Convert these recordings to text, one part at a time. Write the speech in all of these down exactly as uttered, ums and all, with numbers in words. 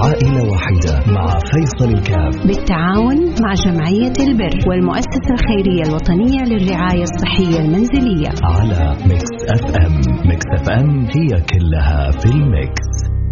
عائلة واحدة مع فيصل الكاف بالتعاون مع جمعية البر والمؤسسة الخيرية الوطنية للرعاية الصحية المنزلية على ميكس اف ام. ميكس اف ام هي كلها في الميكس.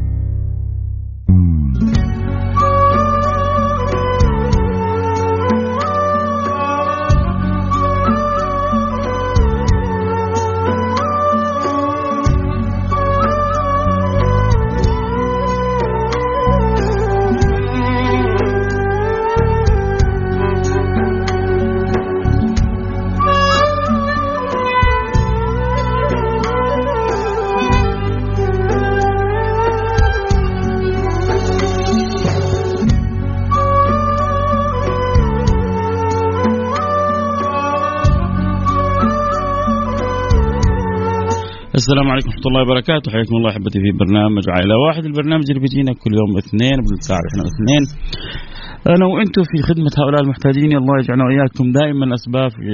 السلام عليكم ورحمة الله وبركاته. حياكم الله أحبتي في برنامج عائلة واحد، البرنامج اللي بيجينا كل يوم اثنين بنساعد احنا اثنين أنا وأنتم في خدمة هؤلاء المحتاجين. الله يجعلنا وإياكم دائما أسباب في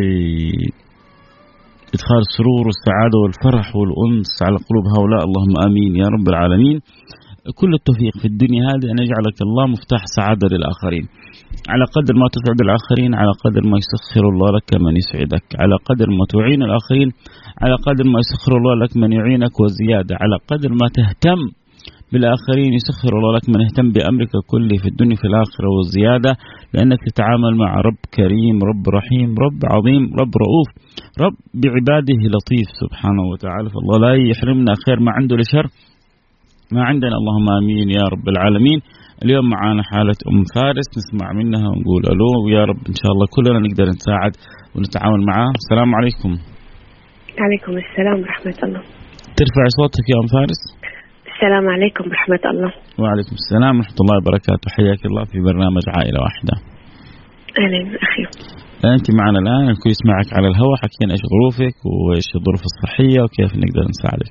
إدخال السرور والسعادة والفرح والأنس على قلوب هؤلاء، اللهم آمين يا رب العالمين. كل التوفيق في الدنيا هذه أن يجعلك الله مفتاح سعادة للآخرين. على قدر ما تسعد الآخرين على قدر ما يسخر الله لك من يسعدك، على قدر ما تعين الآخرين على قدر ما يسخر الله لك من يعينك وزيادة، على قدر ما تهتم بالآخرين يسخر الله لك من يهتم بأمرك كله في الدنيا في الآخرة والزيادة، لأنك تتعامل مع رب كريم، رب رحيم، رب عظيم، رب رؤوف، رب بعباده لطيف سبحانه وتعالى. فالله لا يحرمنا خير ما عنده لشر ما عندنا، اللهم آمين يا رب العالمين. اليوم معانا حالة أم فارس نسمع منها ونقول ألو، ويا رب إن شاء الله كلنا نقدر نساعد ونتعاون معاه. السلام عليكم. عليكم السلام ورحمة الله. ترفع صوتك يا أم فارس. السلام عليكم ورحمة الله. وعليكم السلام ورحمة الله وبركاته. حياك الله في برنامج عائلة واحدة. أهلا أخي. أنت معنا الآن، الكل يسمعك على الهواء، حكينا إيش ظروفك وإيش الظروف الصحية وكيف نقدر نساعدك.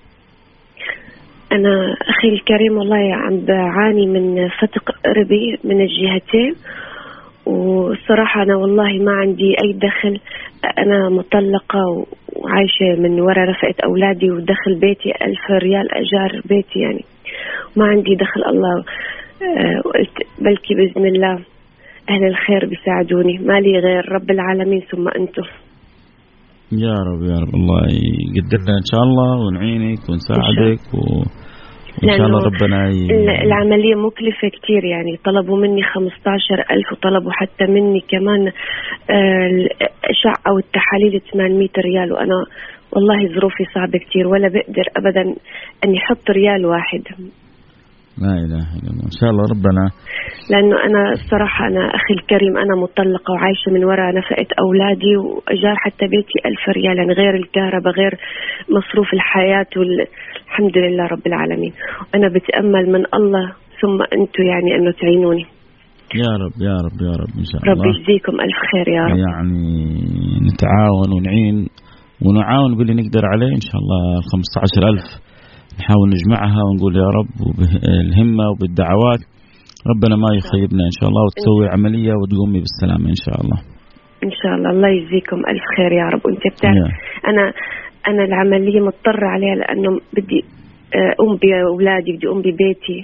أنا أخي الكريم والله عم بعاني من فتق قلبي من الجهتين، والصراحة أنا والله ما عندي أي دخل. أنا مطلقة وعايشة من وراء رفقة أولادي، ودخل بيتي ألف ريال أجار بيتي يعني، ما عندي دخل. الله وقلت بلكي بإذن الله أهل الخير بيساعدوني، ما لي غير رب العالمين ثم أنتم. يا رب يا رب الله يقدرنا إن شاء الله ونعينك ونساعدك و... وإن شاء الله ربنا ي... العملية مكلفة كتير يعني، طلبوا مني خمسة عشر ألف وطلبوا حتى مني كمان الأشعة والتحاليل ثمانمائة ريال، وأنا والله ظروفي صعبة كتير ولا بقدر أبدا أني أحط ريال واحد. لا إله إلا الله. إن شاء الله ربنا، لأنه أنا الصراحة أنا أخي الكريم أنا مطلقة وعايشة من وراء نفقة أولادي، وأجار حتى بيتي ألف ريال يعني، غير الكهرباء غير مصروف الحياة والحمد لله رب العالمين. وأنا بتأمل من الله ثم أنتم يعني أنه تعينوني. يا رب يا رب يا رب إن شاء الله. رب يجزيكم ألف خير يا رب. يعني نتعاون ونعين ونعاون باللي نقدر عليه إن شاء الله. خمسة عشر ألف نحاول نجمعها ونقول يا رب بالهمة وبالدعوات ربنا ما يخيبنا إن شاء الله، وتسوي عملية وتقومي بالسلامة إن شاء الله. إن شاء الله. الله يجزيكم ألف خير يا رب. وأنت بتعرف أنا أنا العملية مضطرة عليها لأنه بدي أم بأولادي، بدي أم ببيتي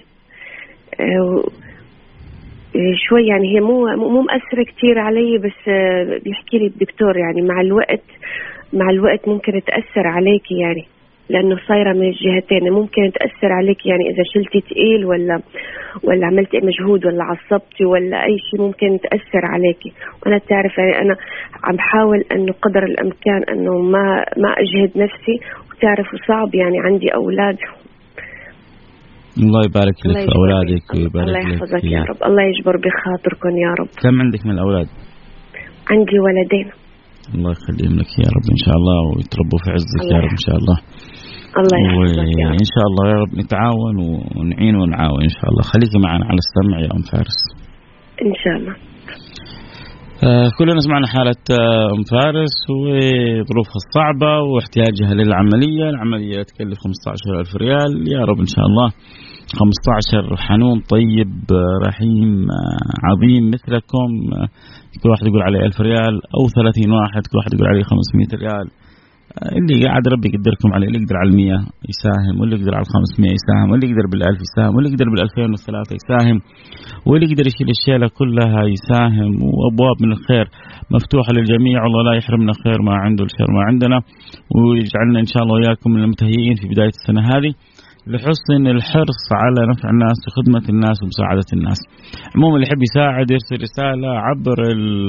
شوي يعني، هي مو مو مؤثرة كتير علي، بس بيحكي لي الدكتور يعني مع الوقت مع الوقت ممكن تأثر عليك يعني، لأنه صايرة من الجهتين، ممكن تأثر عليك يعني إذا شلتي تقيل ولا ولا عملتي مجهود ولا عصبتي ولا أي شيء ممكن تأثر عليكي. وأنا تعرف يعني أنا عم بحاول أنه قدر الإمكان أنه ما ما أجهد نفسي، وتعرف صعب يعني عندي أولاد. الله يبارك لك في أولادك ويبارك لك. الله يحفظك يا رب. الله يجبر بخاطركم يا رب. كم عندك من الأولاد؟ عندي ولدين. الله يخليهم لك يا رب إن شاء الله، ويتربوا في عزك يا رب إن شاء الله. الله يحفظك يا رب. إن شاء الله يا رب نتعاون ونعين ونعاون إن شاء الله. خليكي معنا على السمع يا أم فارس. إن شاء الله. آه كلنا سمعنا حالة آه أم فارس وظروفها الصعبة واحتياجها للعملية. العملية تكلف خمسة عشر ألف ريال. يا رب إن شاء الله خمسة عشر حنون طيب رحيم عظيم مثلكم، كل واحد يقول عليه ألف ريال أو ثلاثين واحد كل واحد يقول عليه خمسمائة ريال اللي قاعد ربي يقدركم عليه، اللي يقدر على المية يساهم، واللي يقدر على الخمسمية يساهم، واللي يقدر بالألف يساهم، واللي يقدر بالألفين والثلاثة يساهم، واللي يقدر يشيل الشيلة كلها يساهم. وأبواب من الخير مفتوحة للجميع، والله لا يحرمنا خير ما عنده الشر ما عندنا، ويجعلنا إن شاء الله وياكم من المتهيئين في بداية السنة هذه لحسن الحرص على نفع الناس وخدمة الناس ومساعدة الناس. عموما اللي يحب يساعد يرسل رسالة عبر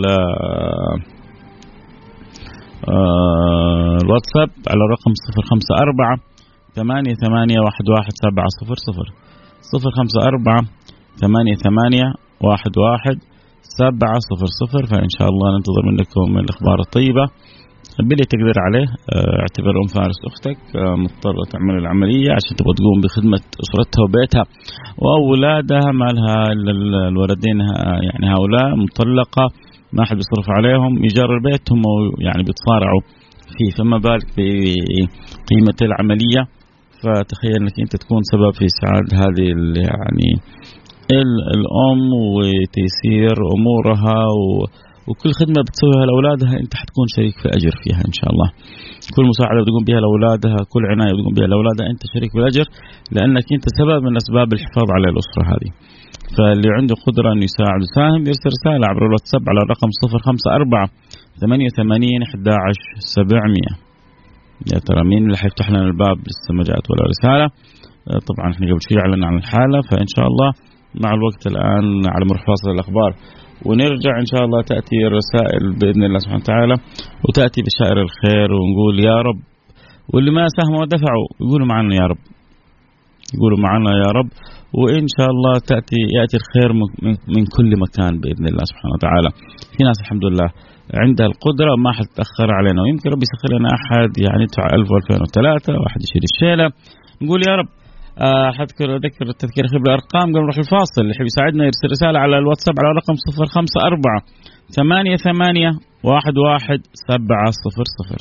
الواتساب على الرقم صفر خمسة أربعة ثمانية ثمانية واحد واحد سبعة صفر صفر صفر خمسة أربعة ثمانية ثمانية واحد واحد سبعة صفر صفر. فإن شاء الله ننتظر منكم الأخبار الطيبة. باللي تقدر عليه اعتبر أم فارس أختك مضطرة تعمل العملية عشان تبغى تقوم بخدمة أسرتها وبيتها وأولادها، ما لها الولدين يعني هؤلاء مطلقة ما حد بيصرف عليهم، إيجار البيت هم يعني بيتصارعوا فيه، فما بالك بقيمة العملية. فتخيل أنك أنت تكون سبب في إسعاد هذه يعني الأم وتيسير أمورها، وكل خدمة بتسويها لأولادها أنت حتكون شريك في الأجر فيها إن شاء الله. كل مساعدة بتقوم بها لأولادها، كل عناية بتقوم بها لأولادها، أنت شريك في الأجر، لأنك أنت سبب من أسباب الحفاظ على الأسرة هذه. فاللي عنده قدرة أن يساعد وساهم يرسل رسالة عبر الواتساب على الرقم صفر خمسة أربعة ثمانية ثمانين أحد عشر سبعمية. يا ترى مين اللي حيفتح لنا الباب؟ لسه ما جاءت ولا رسالة. طبعا احنا قبل شوي أعلن عن الحالة، فإن شاء الله مع الوقت الآن على مرفاصل الأخبار، ونرجع إن شاء الله تأتي الرسائل بإذن الله سبحانه وتعالى، وتأتي بشائر الخير، ونقول يا رب. واللي ما ساهموا ودفعوا يقولوا معنا يا رب، يقولوا معنا يا رب. وإن شاء الله تأتي يأتي الخير من كل مكان بإذن الله سبحانه وتعالى. في ناس الحمد لله عندها القدرة ما حتتأخر علينا، ويمكن ربي يسخر لنا أحد يعني يدفع ألف وألفين وثلاثة، واحد يشيل الشيلة. نقول يا رب. أه حذكر أذكر التذكير خير بالأرقام قبل نروح الفاصل. اللي يحب يساعدنا يرسل رسالة على الواتساب على رقم صفر خمسة أربعة ثمانية ثمانية واحد واحد سبعة صفر صفر.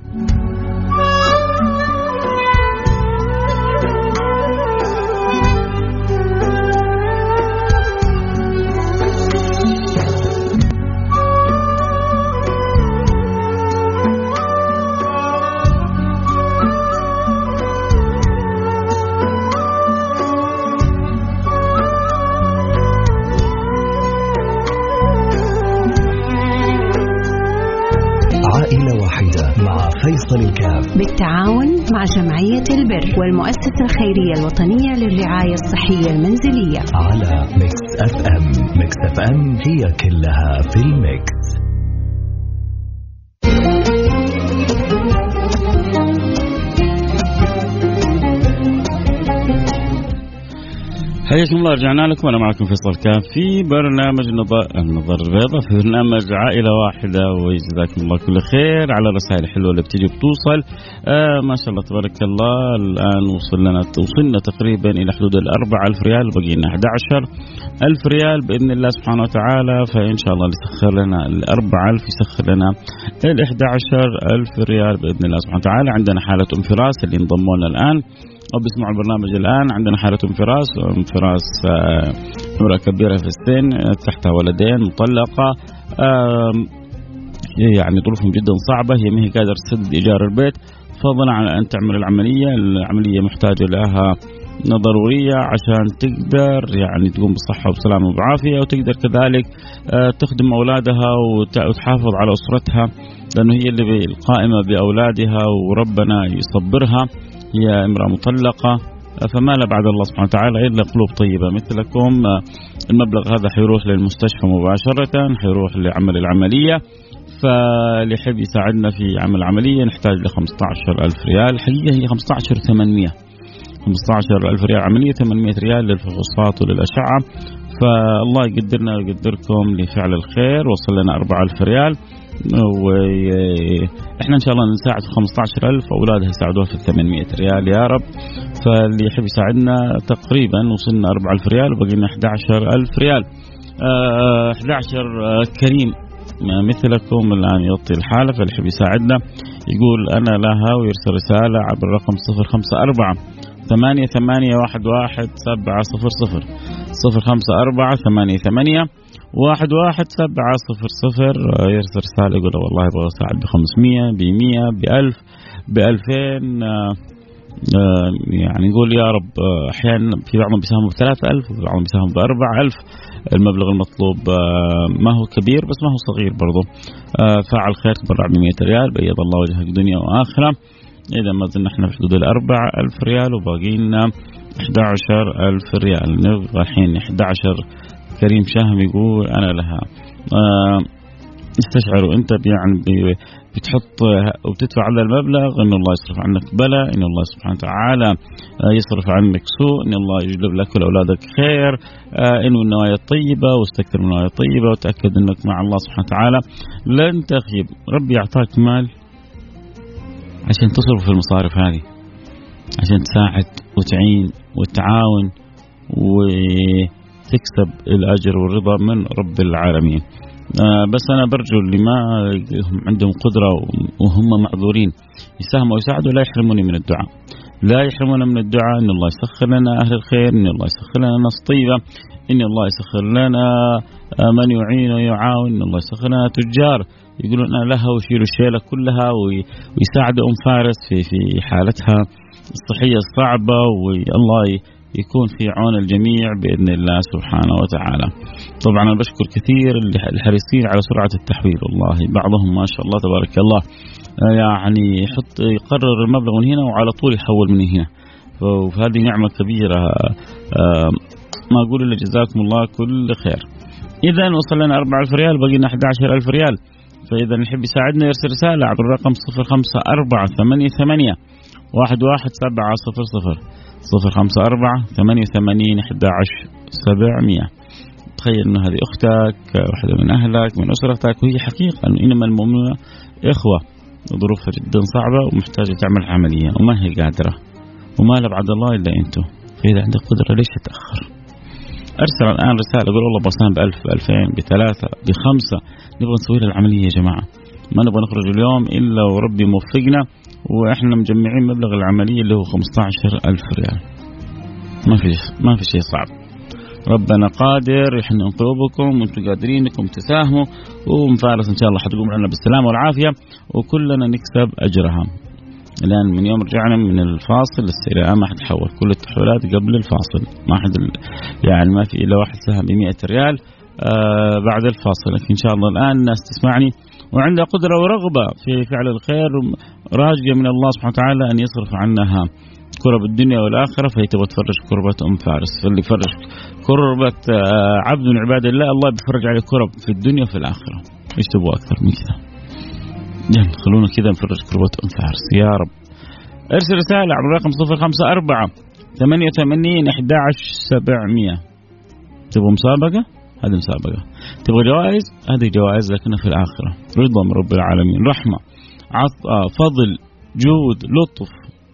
فيصل الكاف بالتعاون مع جمعية البر والمؤسسة الخيرية الوطنية للرعاية الصحية المنزلية على ميكس اف ام. ميكس اف ام هي كلها في الميكس. حياكم الله، رجعنا لكم وانا معكم فيصل كاف في برنامج النظر البيضاء، في برنامج عائله واحده. وجزاكم الله كل خير على الرسائل الحلوه اللي بتيجي بتوصل. آه ما شاء الله تبارك الله. الان وصلنا وصلنا تقريبا الى حدود الأربعة ألف ريال، بقي لنا أحد عشر ألف ريال باذن الله سبحانه وتعالى. فان شاء الله اللي يسخر لنا الأربعة ألف يسخر لنا الأحد عشر ألف ريال باذن الله سبحانه وتعالى. عندنا حاله ام فراس اللي انضموا لنا الان أو بيسمعوا البرنامج الآن. عندنا حالة أم فراس، أم فراس امرأة كبيرة في السن، تحتها ولدين، مطلقة، يعني ظروفهم جدا صعبة، هي ما هي قادرة تسدد إيجار البيت، فضلا عن أن تعمل العملية. العملية محتاجة لها ضرورية عشان تقدر يعني تقوم بصحة وبسلامة وبعافية، وتقدر كذلك تخدم أولادها وتحافظ على أسرتها، لأنه هي اللي القائمة بأولادها وربنا يصبرها. هي امرأة مطلقة، فما لا بعد الله سبحانه وتعالى إلا قلوب طيبة مثلكم. المبلغ هذا حيروح للمستشفى مباشرة، حيروح لعمل العملية. فاللي يحب يساعدنا في عمل العملية نحتاج ل خمسة عشر ألف ريال. الحقيقة هي خمسة عشر ثمانمية خمسة عشر ألف ريال عملية، ثمانمية ريال للفحوصات وللأشعة. فالله يقدرنا ويقدركم لفعل الخير. وصل لنا أربعة ألف ريال، وإحنا إن شاء الله نساعد في خمسة عشر ألف، وأولادها يساعدوها في ثمانمية ريال يا رب. فاللي يحب يساعدنا تقريبا وصلنا أربعة ألف ريال، وبقي لنا أحد عشر ألف ريال. أحد عشر كريم مثلكم الآن يغطي الحالة. فاللي يحب يساعدنا يقول أنا لها ويرسل رسالة عبر الرقم صفر خمسة أربعة ثمانية ثمانية واحد واحد سبعة صفر صفر صفر خمسة أربعة ثمانية ثمانية واحد واحد سبعة صفر صفر. يرسل رسالة يقول والله أبغى أساعد بخمسمية بمية بألف، بألفين آه يعني نقول يا رب آه أحيانا في بعضهم بيساهموا بثلاثة ألف وفي بعضهم بيساهموا بأربعة ألف. المبلغ المطلوب آه ما هو كبير بس ما هو صغير برضو. آه فاعل خير تبرع بمئة ريال بيض الله وجهك دنيا وآخرة. إذا ما زلنا احنا في حدود الأربعة ألف ريال وباقي لنا أحد عشر ألف ريال. نبغى الحين أحد عشر. كريم شهم يقول أنا لها. آه استشعروا أنت يعني بتحط وبتدفع على المبلغ إن الله يصرف عنك بلاء، إن الله سبحانه وتعالى يصرف عنك سوء، إن الله يجلب لك ولأولادك خير، إنه النوايا الطيبة واستكثر من النوايا الطيبة وتأكد إنك مع الله سبحانه وتعالى لن تخيب. ربي أعطاك مال عشان تصرف في المصارف هذه، عشان تساعد وتعين وتعاون وتكسب الأجر والرضا من رب العالمين. آه بس أنا برجو اللي ما عندهم قدرة وهم معذورين يساهموا ويساعدوا لا يحرموني من الدعاء، لا يحرمونا من الدعاء إن الله يسخر لنا أهل الخير، إن الله يسخر لنا ناس طيبة، إن الله يسخر لنا من يعين ويعاون، إن الله يسخر لنا تجار يقولون أنا لها ويشيلوا الشيلة كلها ويساعدوا أم فارس في في حالتها الصحية الصعبة، والله يكون في عون الجميع بإذن الله سبحانه وتعالى. طبعا أنا بشكر كثير الحريصين على سرعة التحويل، والله بعضهم ما شاء الله تبارك الله يعني يحط يقرر المبلغ من هنا وعلى طول يحول من هنا، فهذه نعمة كبيرة ما أقول إلا جزاكم الله كل خير. إذا وصل لنا أربعة آلاف ريال باقي لنا أحد عشر ألف ريال، فإذا نحب يساعدنا يرسل رسالة عبر الرقم صفر خمسة أربعة ثمانية ثمانية واحد واحد سبعة صفر صفر صفر خمسة أربعة ثمانية ثمانين أحد عشر سبعمية. تخيل أن هذه أختك واحدة من أهلك من أسرتك، وهي حقيقة أنه إنما المؤمنون إخوة، ظروفها جدا صعبة ومحتاجة تعمل عملية وما هي قادرة وما لا بعد الله إلا أنتو، فإذا عندك قدرة ليش تتأخر؟ أرسل الآن رسالة أقول والله بسام بألف بألفين بثلاثة بخمسة، نبغى نسوي له العملية يا جماعة، ما نبغى نخرج اليوم إلا وربي موفقنا وإحنا مجمعين مبلغ العملية اللي هو خمسة عشر ألف ريال. ما في ما في شيء صعب، ربنا قادر يحنن قلوبكم وأنتم قادرين إنكم تساهموا، ومفارس إن شاء الله حتقوم عنا بالسلامة والعافية وكلنا نكسب أجرها. الآن من يوم رجعنا من الفاصل للسيرة ما حد حول، كل التحويلات قبل الفاصل، ما حد يعني ما في إلا واحد سهم بمئة ريال آه بعد الفاصل. لكن إن شاء الله الآن الناس تسمعني وعندها قدرة ورغبة في فعل الخير راجية من الله سبحانه وتعالى أن يصرف عنها كرب الدنيا والآخرة، فهي تبغى تفرج كربة أم فارس. فاللي يفرج كربة آه عبد من عباد الله الله بيفرج عليه كرب في الدنيا وفي الآخرة. إيش تبغى أكثر من كذا؟ يعني خلونا كذا نفرج كربة أم فارس يا رب. ارسل رسالة على الرقم صفر خمسة أربعة ثمانية ثمانين أحد عشر سبعمية. تبغى مسابقة؟ هذه مسابقة. تبغى جوائز؟ هذه جوائز لكنها في الآخرة، رضا من رب العالمين، رحمة، عطاء، فضل، جود، لطف،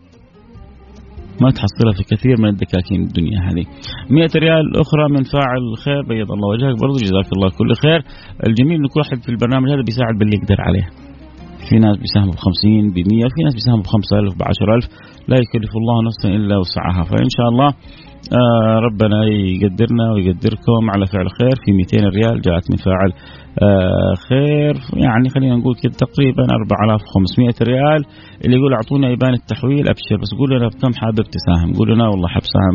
ما تحصلها في كثير من الدكاكين الدنيا هذه. مئة ريال أخرى من فاعل خير بيض الله وجهك، برضو جزاك الله كل خير. الجميل إن كل واحد في البرنامج هذا بيساعد باللي يقدر عليه. في ناس بيساهموا بخمسين بمية، وفي ناس بيساهموا بخمسة ألف بعشر ألف، لا يكلف الله نفسا إلا وسعها. فإن شاء الله آه ربنا يقدرنا ويقدركم على فعل خير. في مئتين ريال جاءت من فاعل آه خير، يعني خلينا نقول كده تقريبا أربعة آلاف وخمسمئة ريال. اللي يقول أعطونا إبان التحويل أبشر، بس قول لنا بكم حابب تساهم، قول لنا والله حاب ساهم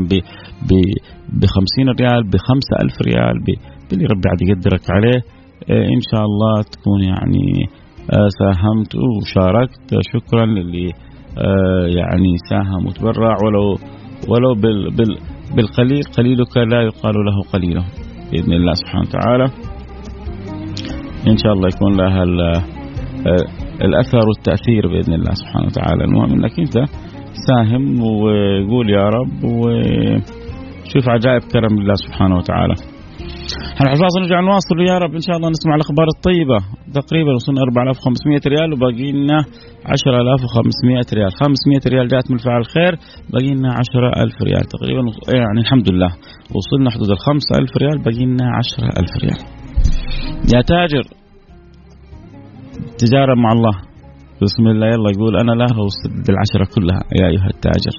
بخمسين ريال بخمسة ألف ريال باللي ربي عاد يقدرك عليه. آه إن شاء الله تكون يعني آه ساهمت وشاركت. شكرا للي آه يعني ساهم وتبرع ولو ولو بال بال بالقليل، قليلك لا يقال له قليلا بإذن الله سبحانه وتعالى. إن شاء الله يكون لها الأثر والتأثير بإذن الله سبحانه وتعالى. المهم أنك أنت ساهم وقول يا رب وشوف عجائب كرم الله سبحانه وتعالى. هنحفظ نرجع نواصل يا رب إن شاء الله نسمع الأخبار الطيبة. تقريبا وصلنا أربعة آلاف وخمسمئة ريال وباقي لنا عشرة آلاف وخمسمئة ريال. خمسمئة ريال جاءت من فعل خير، باقي لنا عشرة ألف ريال تقريبا، يعني الحمد لله وصلنا حدود الخمسة ألف ريال، باقي لنا عشرة ألف ريال. يا تاجر تجارة مع الله بسم الله، يلا يقول أنا لا أوصد العشرة كلها يا أيها التاجر.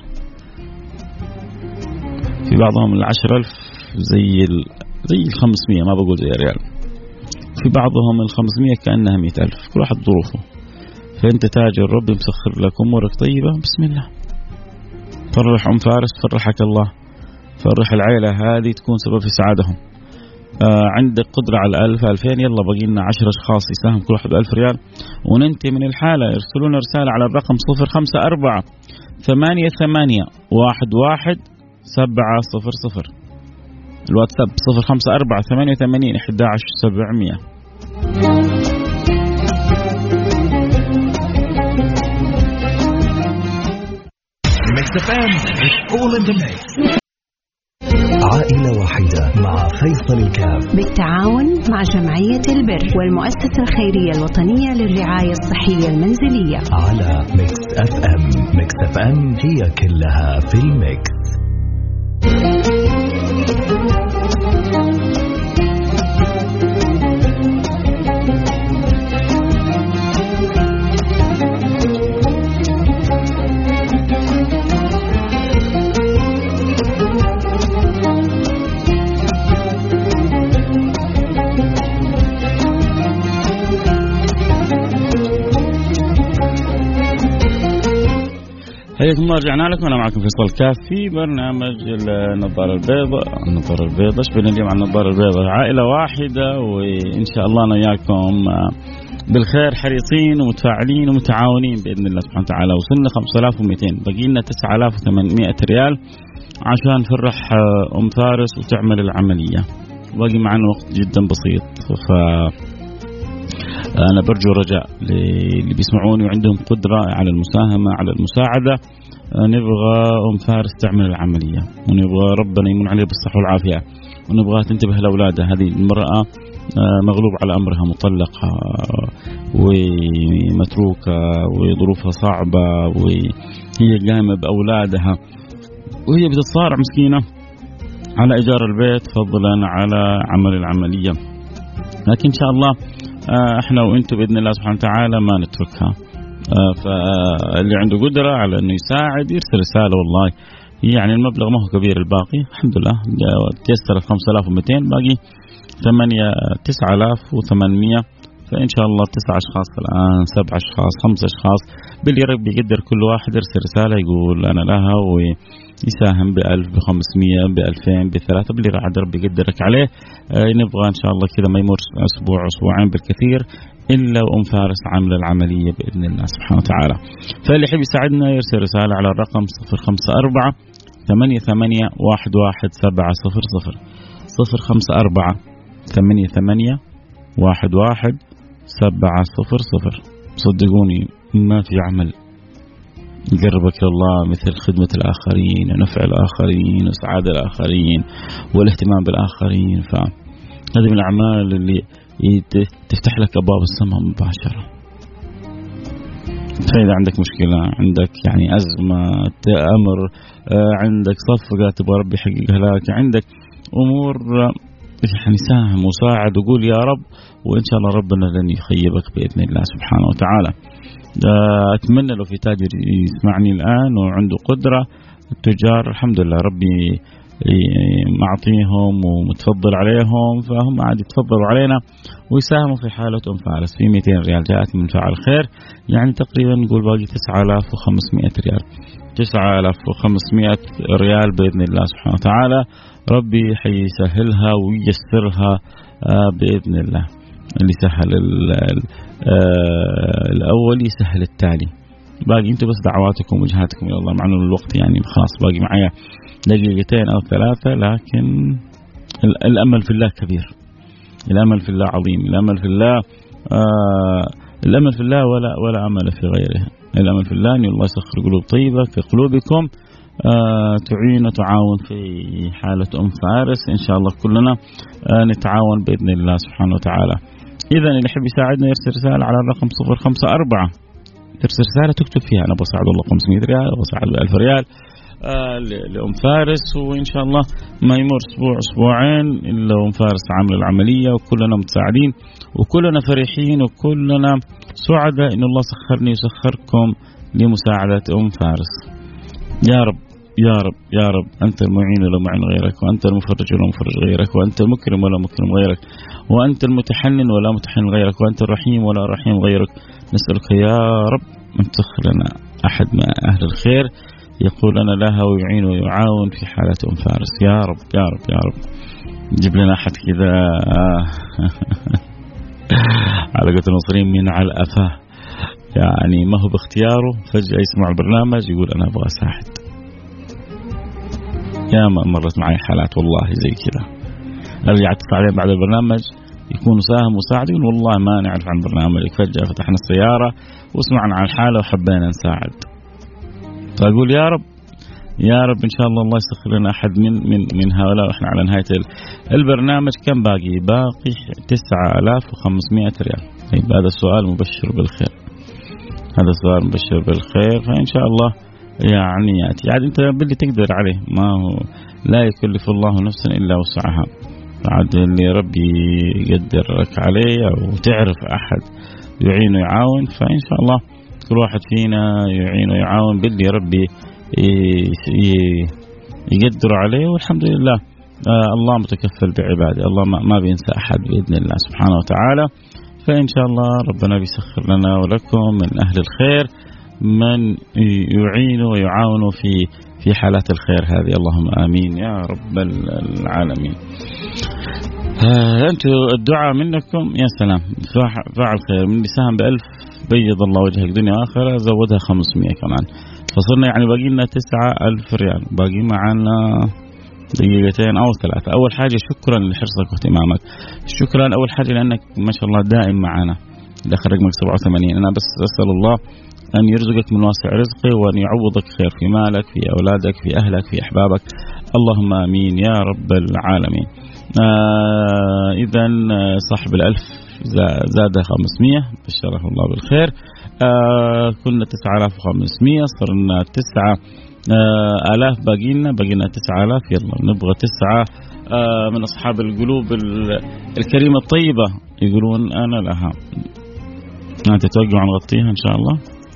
في بعضهم العشرة ألف زي ال زي الخمسمية، ما بقول زي ريال. في بعضهم الخمسمية كأنها مئة ألف، كل واحد ظروفه. فأنت تاج الرب مسخر لك أمورك طيبة. بسم الله، فرح أم فارس فرحك الله، فرح العائلة هذه تكون سبب في سعادهم. آه عندك قدرة على ألف ألفين، يلا باقي لنا عشر أشخاص يساهم كل واحد بألف ريال وننتهي من الحالة. يرسلون رسالة على الرقم صفر خمسة أربعة ثمانية ثمانية واحد واحد سبعة صفر صفر، الواتساب صفر خمسة أربعة ثمانية ثمانين أحد عشر سبعمية. عائلة واحدة مع فيصل الكاف بالتعاون مع جمعية البر والمؤسسة الخيرية الوطنية للرعاية الصحية المنزلية على ميكس اف ام. ميكس اف ام هي كلها في الميكس. حياكم الله، رجعنا لكم. أنا معكم فيصل كاف في برنامج النظارة البيضاء. النظارة البيضاء ايش بين اليوم عن النظارة البيضاء؟ عائلة واحدة، وإن شاء الله أنا وياكم بالخير حريصين ومتفاعلين ومتعاونين بإذن الله سبحانه وتعالى. وصلنا خمسة آلاف ومئتين، باقي لنا تسعة آلاف وثمانمائة ريال عشان نفرح أم فارس وتعمل العملية. باقي معنا وقت جدا بسيط، ف أنا برجو رجاء اللي بيسمعوني وعندهم قدرة على المساهمة على المساعدة. نبغى أم فارس تعمل العملية، ونبغى ربنا يمن عليه بالصحة والعافية، ونبغى تنتبه لأولادها. هذه المرأة مغلوب على أمرها، مطلقة ومتروكة وظروفها صعبة، وهي قائمة بأولادها، وهي بتتصارع مسكينة على إيجار البيت فضلا على عمل العملية. لكن إن شاء الله احنا وانتم باذن الله سبحانه وتعالى ما نتركها. فاللي عنده قدره على انه يساعد يرسل رساله. والله يعني المبلغ ما هو كبير، الباقي الحمد لله تيسر خمسة آلاف ومئتين، باقي ثمانية تسعة آلاف وثمانمائة. فان شاء الله تسع اشخاص الان، سبع اشخاص، خمس اشخاص، باللي ربي يقدر كل واحد يرسل رساله يقول انا لها، ويساهم بألف بخمسمية بألفين بثلاثة، باللي عاد ربي يقدرك عليه. آه نبغى ان شاء الله كذا ما يمر اسبوع اسبوعين بالكثير الا وام فارس عامله العمليه باذن الله سبحانه وتعالى. فاللي يحب يساعدنا يرسل رساله على الرقم صفر خمسة أربعة ثمانية ثمانية واحد واحد سبعة صفر صفر صفر خمسة أربعة ثمانية ثمانية واحد واحد سبعة صفر صفر. صدقوني ما في عمل يقربك لله مثل خدمة الآخرين ونفع الآخرين وسعادة الآخرين والاهتمام بالآخرين. فهذه من الأعمال اللي تفتح لك أبواب السماء مباشرة. فإذا عندك مشكلة، عندك يعني أزمة، أمر، عندك صفقة تبغى ربي يحققها لك، عندك أمور يعني ساهم وساعد وقول يا رب، وإن شاء الله ربنا لن يخيبك بإذن الله سبحانه وتعالى. أتمنى لو في تاجر يسمعني الآن وعنده قدرة، التجار الحمد لله ربي معطيهم ومتفضل عليهم، فهم عاد يتفضلوا علينا ويساهموا في حالة أم فارس. في مئتين ريال جاءت من فاعل خير، يعني تقريبا نقول باقي تسعة آلاف وخمسمائة ريال، تسعة آلاف وخمسمائة ريال بإذن الله سبحانه وتعالى. ربي حيسهلها وييسرها بإذن الله. اللي سهل الأول يسهل التالي. باقي انتم بس دعواتكم وجهاتكم الى الله، مع انه الوقت يعني خلاص باقي معايا دقيقتين او ثلاثه، لكن الامل في الله كبير، الامل في الله عظيم، الامل في الله آه الامل في الله ولا ولا امل في غيره. الامل في الله ان الله يسخر قلوب طيبه كقلوبكم آه تعين وتعاون في حاله ام فارس. ان شاء الله كلنا آه نتعاون باذن الله سبحانه وتعالى. اذا اللي يحب يساعدنا يرسل رساله على الرقم صفر خمسة أربعة، ترسل رسالة تكتب فيها أنا بساعد والله خمسمائة ريال، بساعد ألف ريال آه لأم فارس، وإن شاء الله ما يمر أسبوع أسبوعين إلا أم فارس عامل العملية، وكلنا متساعدين وكلنا فرحين وكلنا سعداء إن الله سخرني وسخركم لمساعدة أم فارس. يا رب يا رب يا رب أنت المعين ولا معين غيرك، وأنت المفرج ولا مفرج غيرك، وأنت المكرم ولا مكرم غيرك، وأنت المتحنن ولا متحنن غيرك، وأنت الرحيم ولا رحيم غيرك. نسألك يا رب أن تسخر لنا أحد من أهل الخير يقول أنا لها ويعين ويعاون في حالة أم فارس. يا رب يا رب يا رب جيب لنا أحد كذا على قولة المصريين من على الأفاه، يعني ما هو باختياره، فجأة يسمع البرنامج يقول أنا أبغى أساعد. يا ما مرت معي حالات والله زي كذا، أرجع أتصل عليه بعد البرنامج يكون ساهم وساعد، يقول والله ما نعرف عن برنامجك، فجأة فتحنا السيارة وسمعنا عن الحالة وحبينا نساعد. فأقول يا رب يا رب إن شاء الله الله يسخر لنا أحد من من من هؤلاء. وإحنا على نهاية البرنامج كم باقي؟ باقي تسعة آلاف وخمسمائة ريال. طيب هذا السؤال مبشر بالخير، هذا السؤال مبشر بالخير، فإن شاء الله يعني يأتي. يعني أنت باللي تقدر عليه، ما هو لا يكلف الله نفسا إلا وسعها. بعد اللي ربي يقدرك عليه أو تعرف أحد يعين ويعاون، فإن شاء الله كل واحد فينا يعين ويعاون باللي ربي يقدر عليه، والحمد لله. آه الله متكفل بعباده، الله ما, ما بينسى أحد بإذن الله سبحانه وتعالى. فإن شاء الله ربنا بيسخر لنا ولكم من أهل الخير من يعين ويعاون في في حالات الخير هذه، اللهم آمين يا رب العالمين. آه أنتم الدعاء منكم يا سلام، فاعل خير من ساهم بألف بيض الله وجهك دنيا آخرة، زودها خمسمائة كمان، فصرنا يعني باقي لنا تسعة ألف ريال، باقي معنا دقيقتين أو ثلاثة. أول حاجة شكرا لحرصك واهتمامك، شكرا أول حاجة لأنك ما شاء الله دائم معنا. داخل رقمك سبعة وثمانين. أنا بس أسأل الله أن يرزقك من واسع رزقه، وأن يعوضك خير في مالك، في أولادك، في أهلك، في أحبابك، اللهم آمين يا رب العالمين. آه إذن صاحب الألف زاد خمسمائة، بشره الله بالخير. آه كنا تسعة آلاف وخمسمائة، صرنا تسعة آه آلاف، باقينا باقينا تسعة آلاف. يلا نبغى تسعة آه من أصحاب القلوب الكريمة الطيبة يقولون أنا لها. أنت توقع نغطيها إن شاء الله،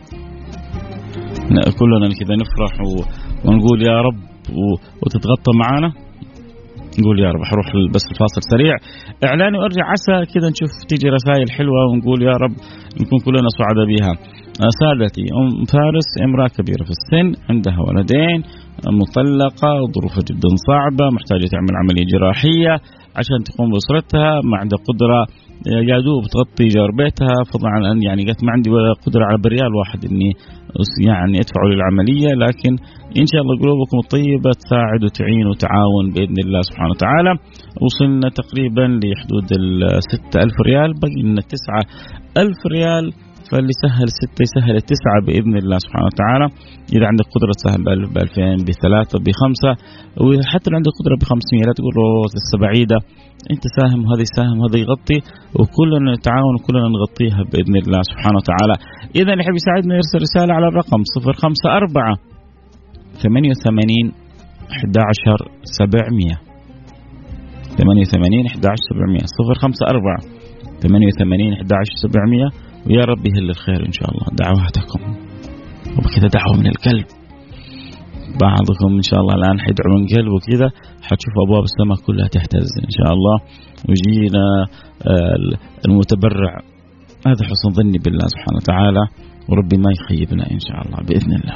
كلنا كذا نفرح ونقول يا رب وتتغطى معانا. نقول يا رب. حروح بس الفاصل سريع إعلاني وأرجع، عسى كذا نشوف تيجي رسائل حلوة ونقول يا رب نكون كلنا سعداء بها. سادتي، أم فارس امرأة كبيرة في السن، عندها ولدين، مطلقة، ظروفها جدا صعبة، محتاجة تعمل عملية جراحية عشان تقوم بأسرتها، ما عندها قدرة يا دوب تغطي جار بيتها، فضلا عن أن يعني قالت ما عندي ولا قدرة على بريال واحد إني يعني أدفعه للعملية، لكن إن شاء الله قلوبكم الطيبة تساعد وتعين وتعاون بإذن الله سبحانه وتعالى. وصلنا تقريبا لحدود الستة ألف ريال، بقي لنا تسعة ألف ريال، فاللي سهل ستة يسهل التسعة بإذن الله سبحانه وتعالى. إذا عندك قدرة تساهم بألف، بألفين، بثلاثة، بخمسة، وحتى لو عندك قدرة بخمسمية لا تقول لسه بعيدة، أنت ساهم وهذا يساهم وهذا يغطي، وكلنا نتعاون وكلنا نغطيها بإذن الله سبحانه وتعالى. إذا اللي يحب يساعدنا يرسل رسالة على الرقم صفر خمسة أربعة ثمانية وثمانين أحد عشر سبعمية، ثمانية وثمانين أحد عشر سبعمية، صفر خمسة أربعة ثمانية وثمانين أحد عشر سبعمية. ويا رب يهل الخير إن شاء الله. دعواتكم وبكذا دعوة من القلب، بعضكم إن شاء الله الآن حيدعو من قلب وكذا حتشوف أبواب السماء كلها تهتز إن شاء الله، ويجينا المتبرع. هذا حسن ظني بالله سبحانه وتعالى، وربي ما يخيبنا إن شاء الله بإذن الله.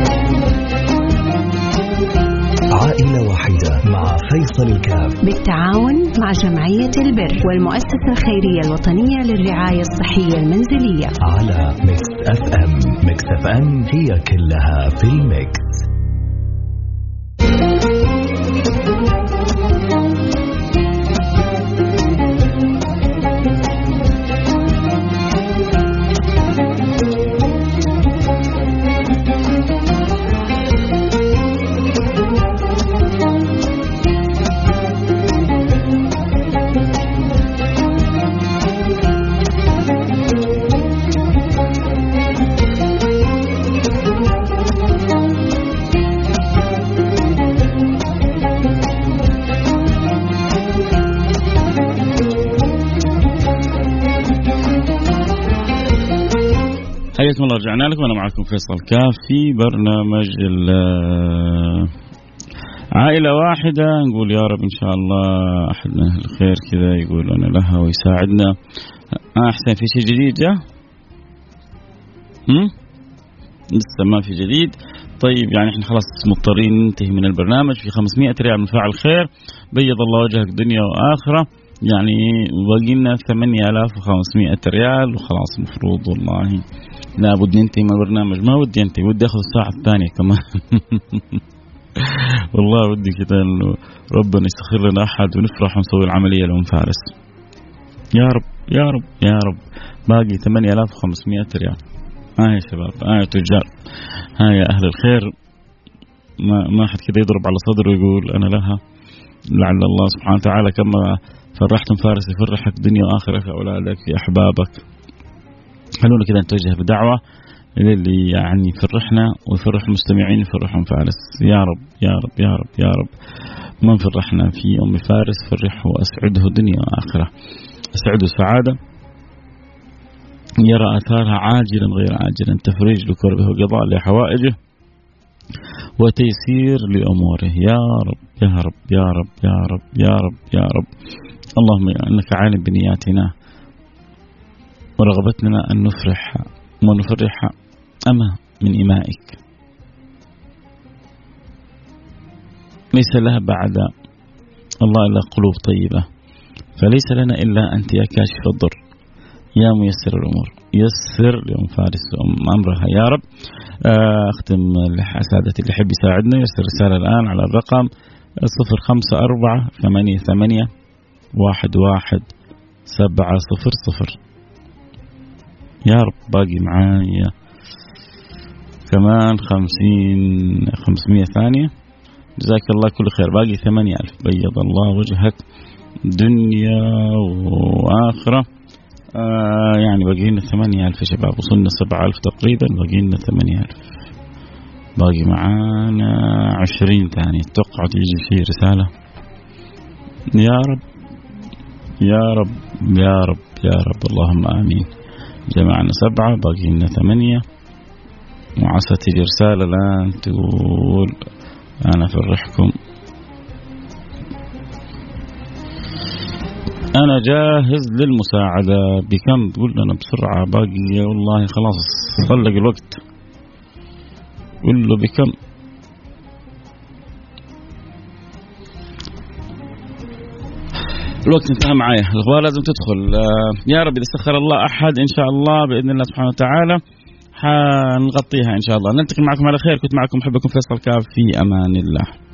عائلة واحدة مع فيصل الكاف بالتعاون مع جمعية البر والمؤسسة الخيرية الوطنية للرعاية الصحية المنزلية على ميكس اف ام. ميكس اف ام هي كلها في الميكس. حياكم الله. رجعنا لكم، أنا معكم فيصل كاف في برنامج عائلة واحدة. نقول يا رب إن شاء الله أحد من أهل الخير كذا يقول أنا لها ويساعدنا. آه أحسن، في شيء جديد جاء؟ هم؟ لسه ما في جديد. طيب يعني احنا خلاص مضطرين ننتهي من البرنامج. في خمسمائة ريال من فاعل خير، بيض الله وجهك دنيا وآخرة. يعني باقي لنا ثمانية آلاف وخمسمائة ريال وخلاص المفروض والله لابد ننتهي من البرنامج. ما ودي انتهي، ودي اخذ الساعة الثانية كمان. والله ودي كذا انه ربنا يسخر لنا احد ونفرح ونسوي العملية لأم فارس. يا رب يا رب يا رب. باقي ثمانية آلاف وخمسمائة ريال. ها يا شباب، ها يا تجار، ها يا أهل الخير. ما ما حد كده يضرب على صدره ويقول أنا لها. لعل الله سبحانه وتعالى كما فرحتم فارس يفرحك دنيا وآخرة في أولادك في أحبابك. خلونا كده نتوجه بدعوة للي يعني يفرحنا ويفرح المستمعين يفرحهم فارس. يا رب يا رب يا رب يا رب. من فرحنا في أم فارس فرحه وأسعده دنيا وآخرة، أسعده سعادة يرى أثارها عاجلا غير عاجلا، تفريج لكربه وقضاء لحوائجه وتيسير لأموره. يا رب يا رب يا رب يا رب يا رب يا رب. اللهم إنك عالم بنياتنا ورغبتنا أن نفرح ونفرح أما من إمائك. ليس لها بعد الله إلا قلوب طيبة، فليس لنا إلا أنت يا كاشف الضر يا ميسر الأمور. يسر لأم فارس أمرها يا رب. أختم لسادتي اللي يحب يساعدنا يرسل رسالة الآن على الرقم صفر خمسة أربعة ثمانية ثمانية واحد واحد سبعة صفر صفر. يا رب باقي معايا كمان خمسين خمسمية ثانية. جزاك الله كل خير. باقي ثمانية ألف. بيض الله وجهك دنيا وآخرة. آه يعني باقي لنا ثمانية ألف شباب، وصلنا سبعة ألف تقريبا، باقي لنا ثمانية ألف. باقي معانا عشرين ثانية. توقع تيجي شيء رسالة. يا رب يا رب يا رب يا رب اللهم آمين. جمعنا سبعة، باقي لنا ثمانية، وعسى تيجي رسالة الآن تقول أنا أفرحكم، أنا جاهز للمساعدة. بكم؟ تقول لنا بسرعة. باقي والله خلاص خلق الوقت. قل له بكم. الوقت انتهى معايا، الأخبار لازم تدخل. يا رب إذا سخر الله أحد إن شاء الله بإذن الله سبحانه وتعالى حنغطيها إن شاء الله. نلتقي معكم على خير. كنت معكم محبكم فيصل كاف في أمان الله.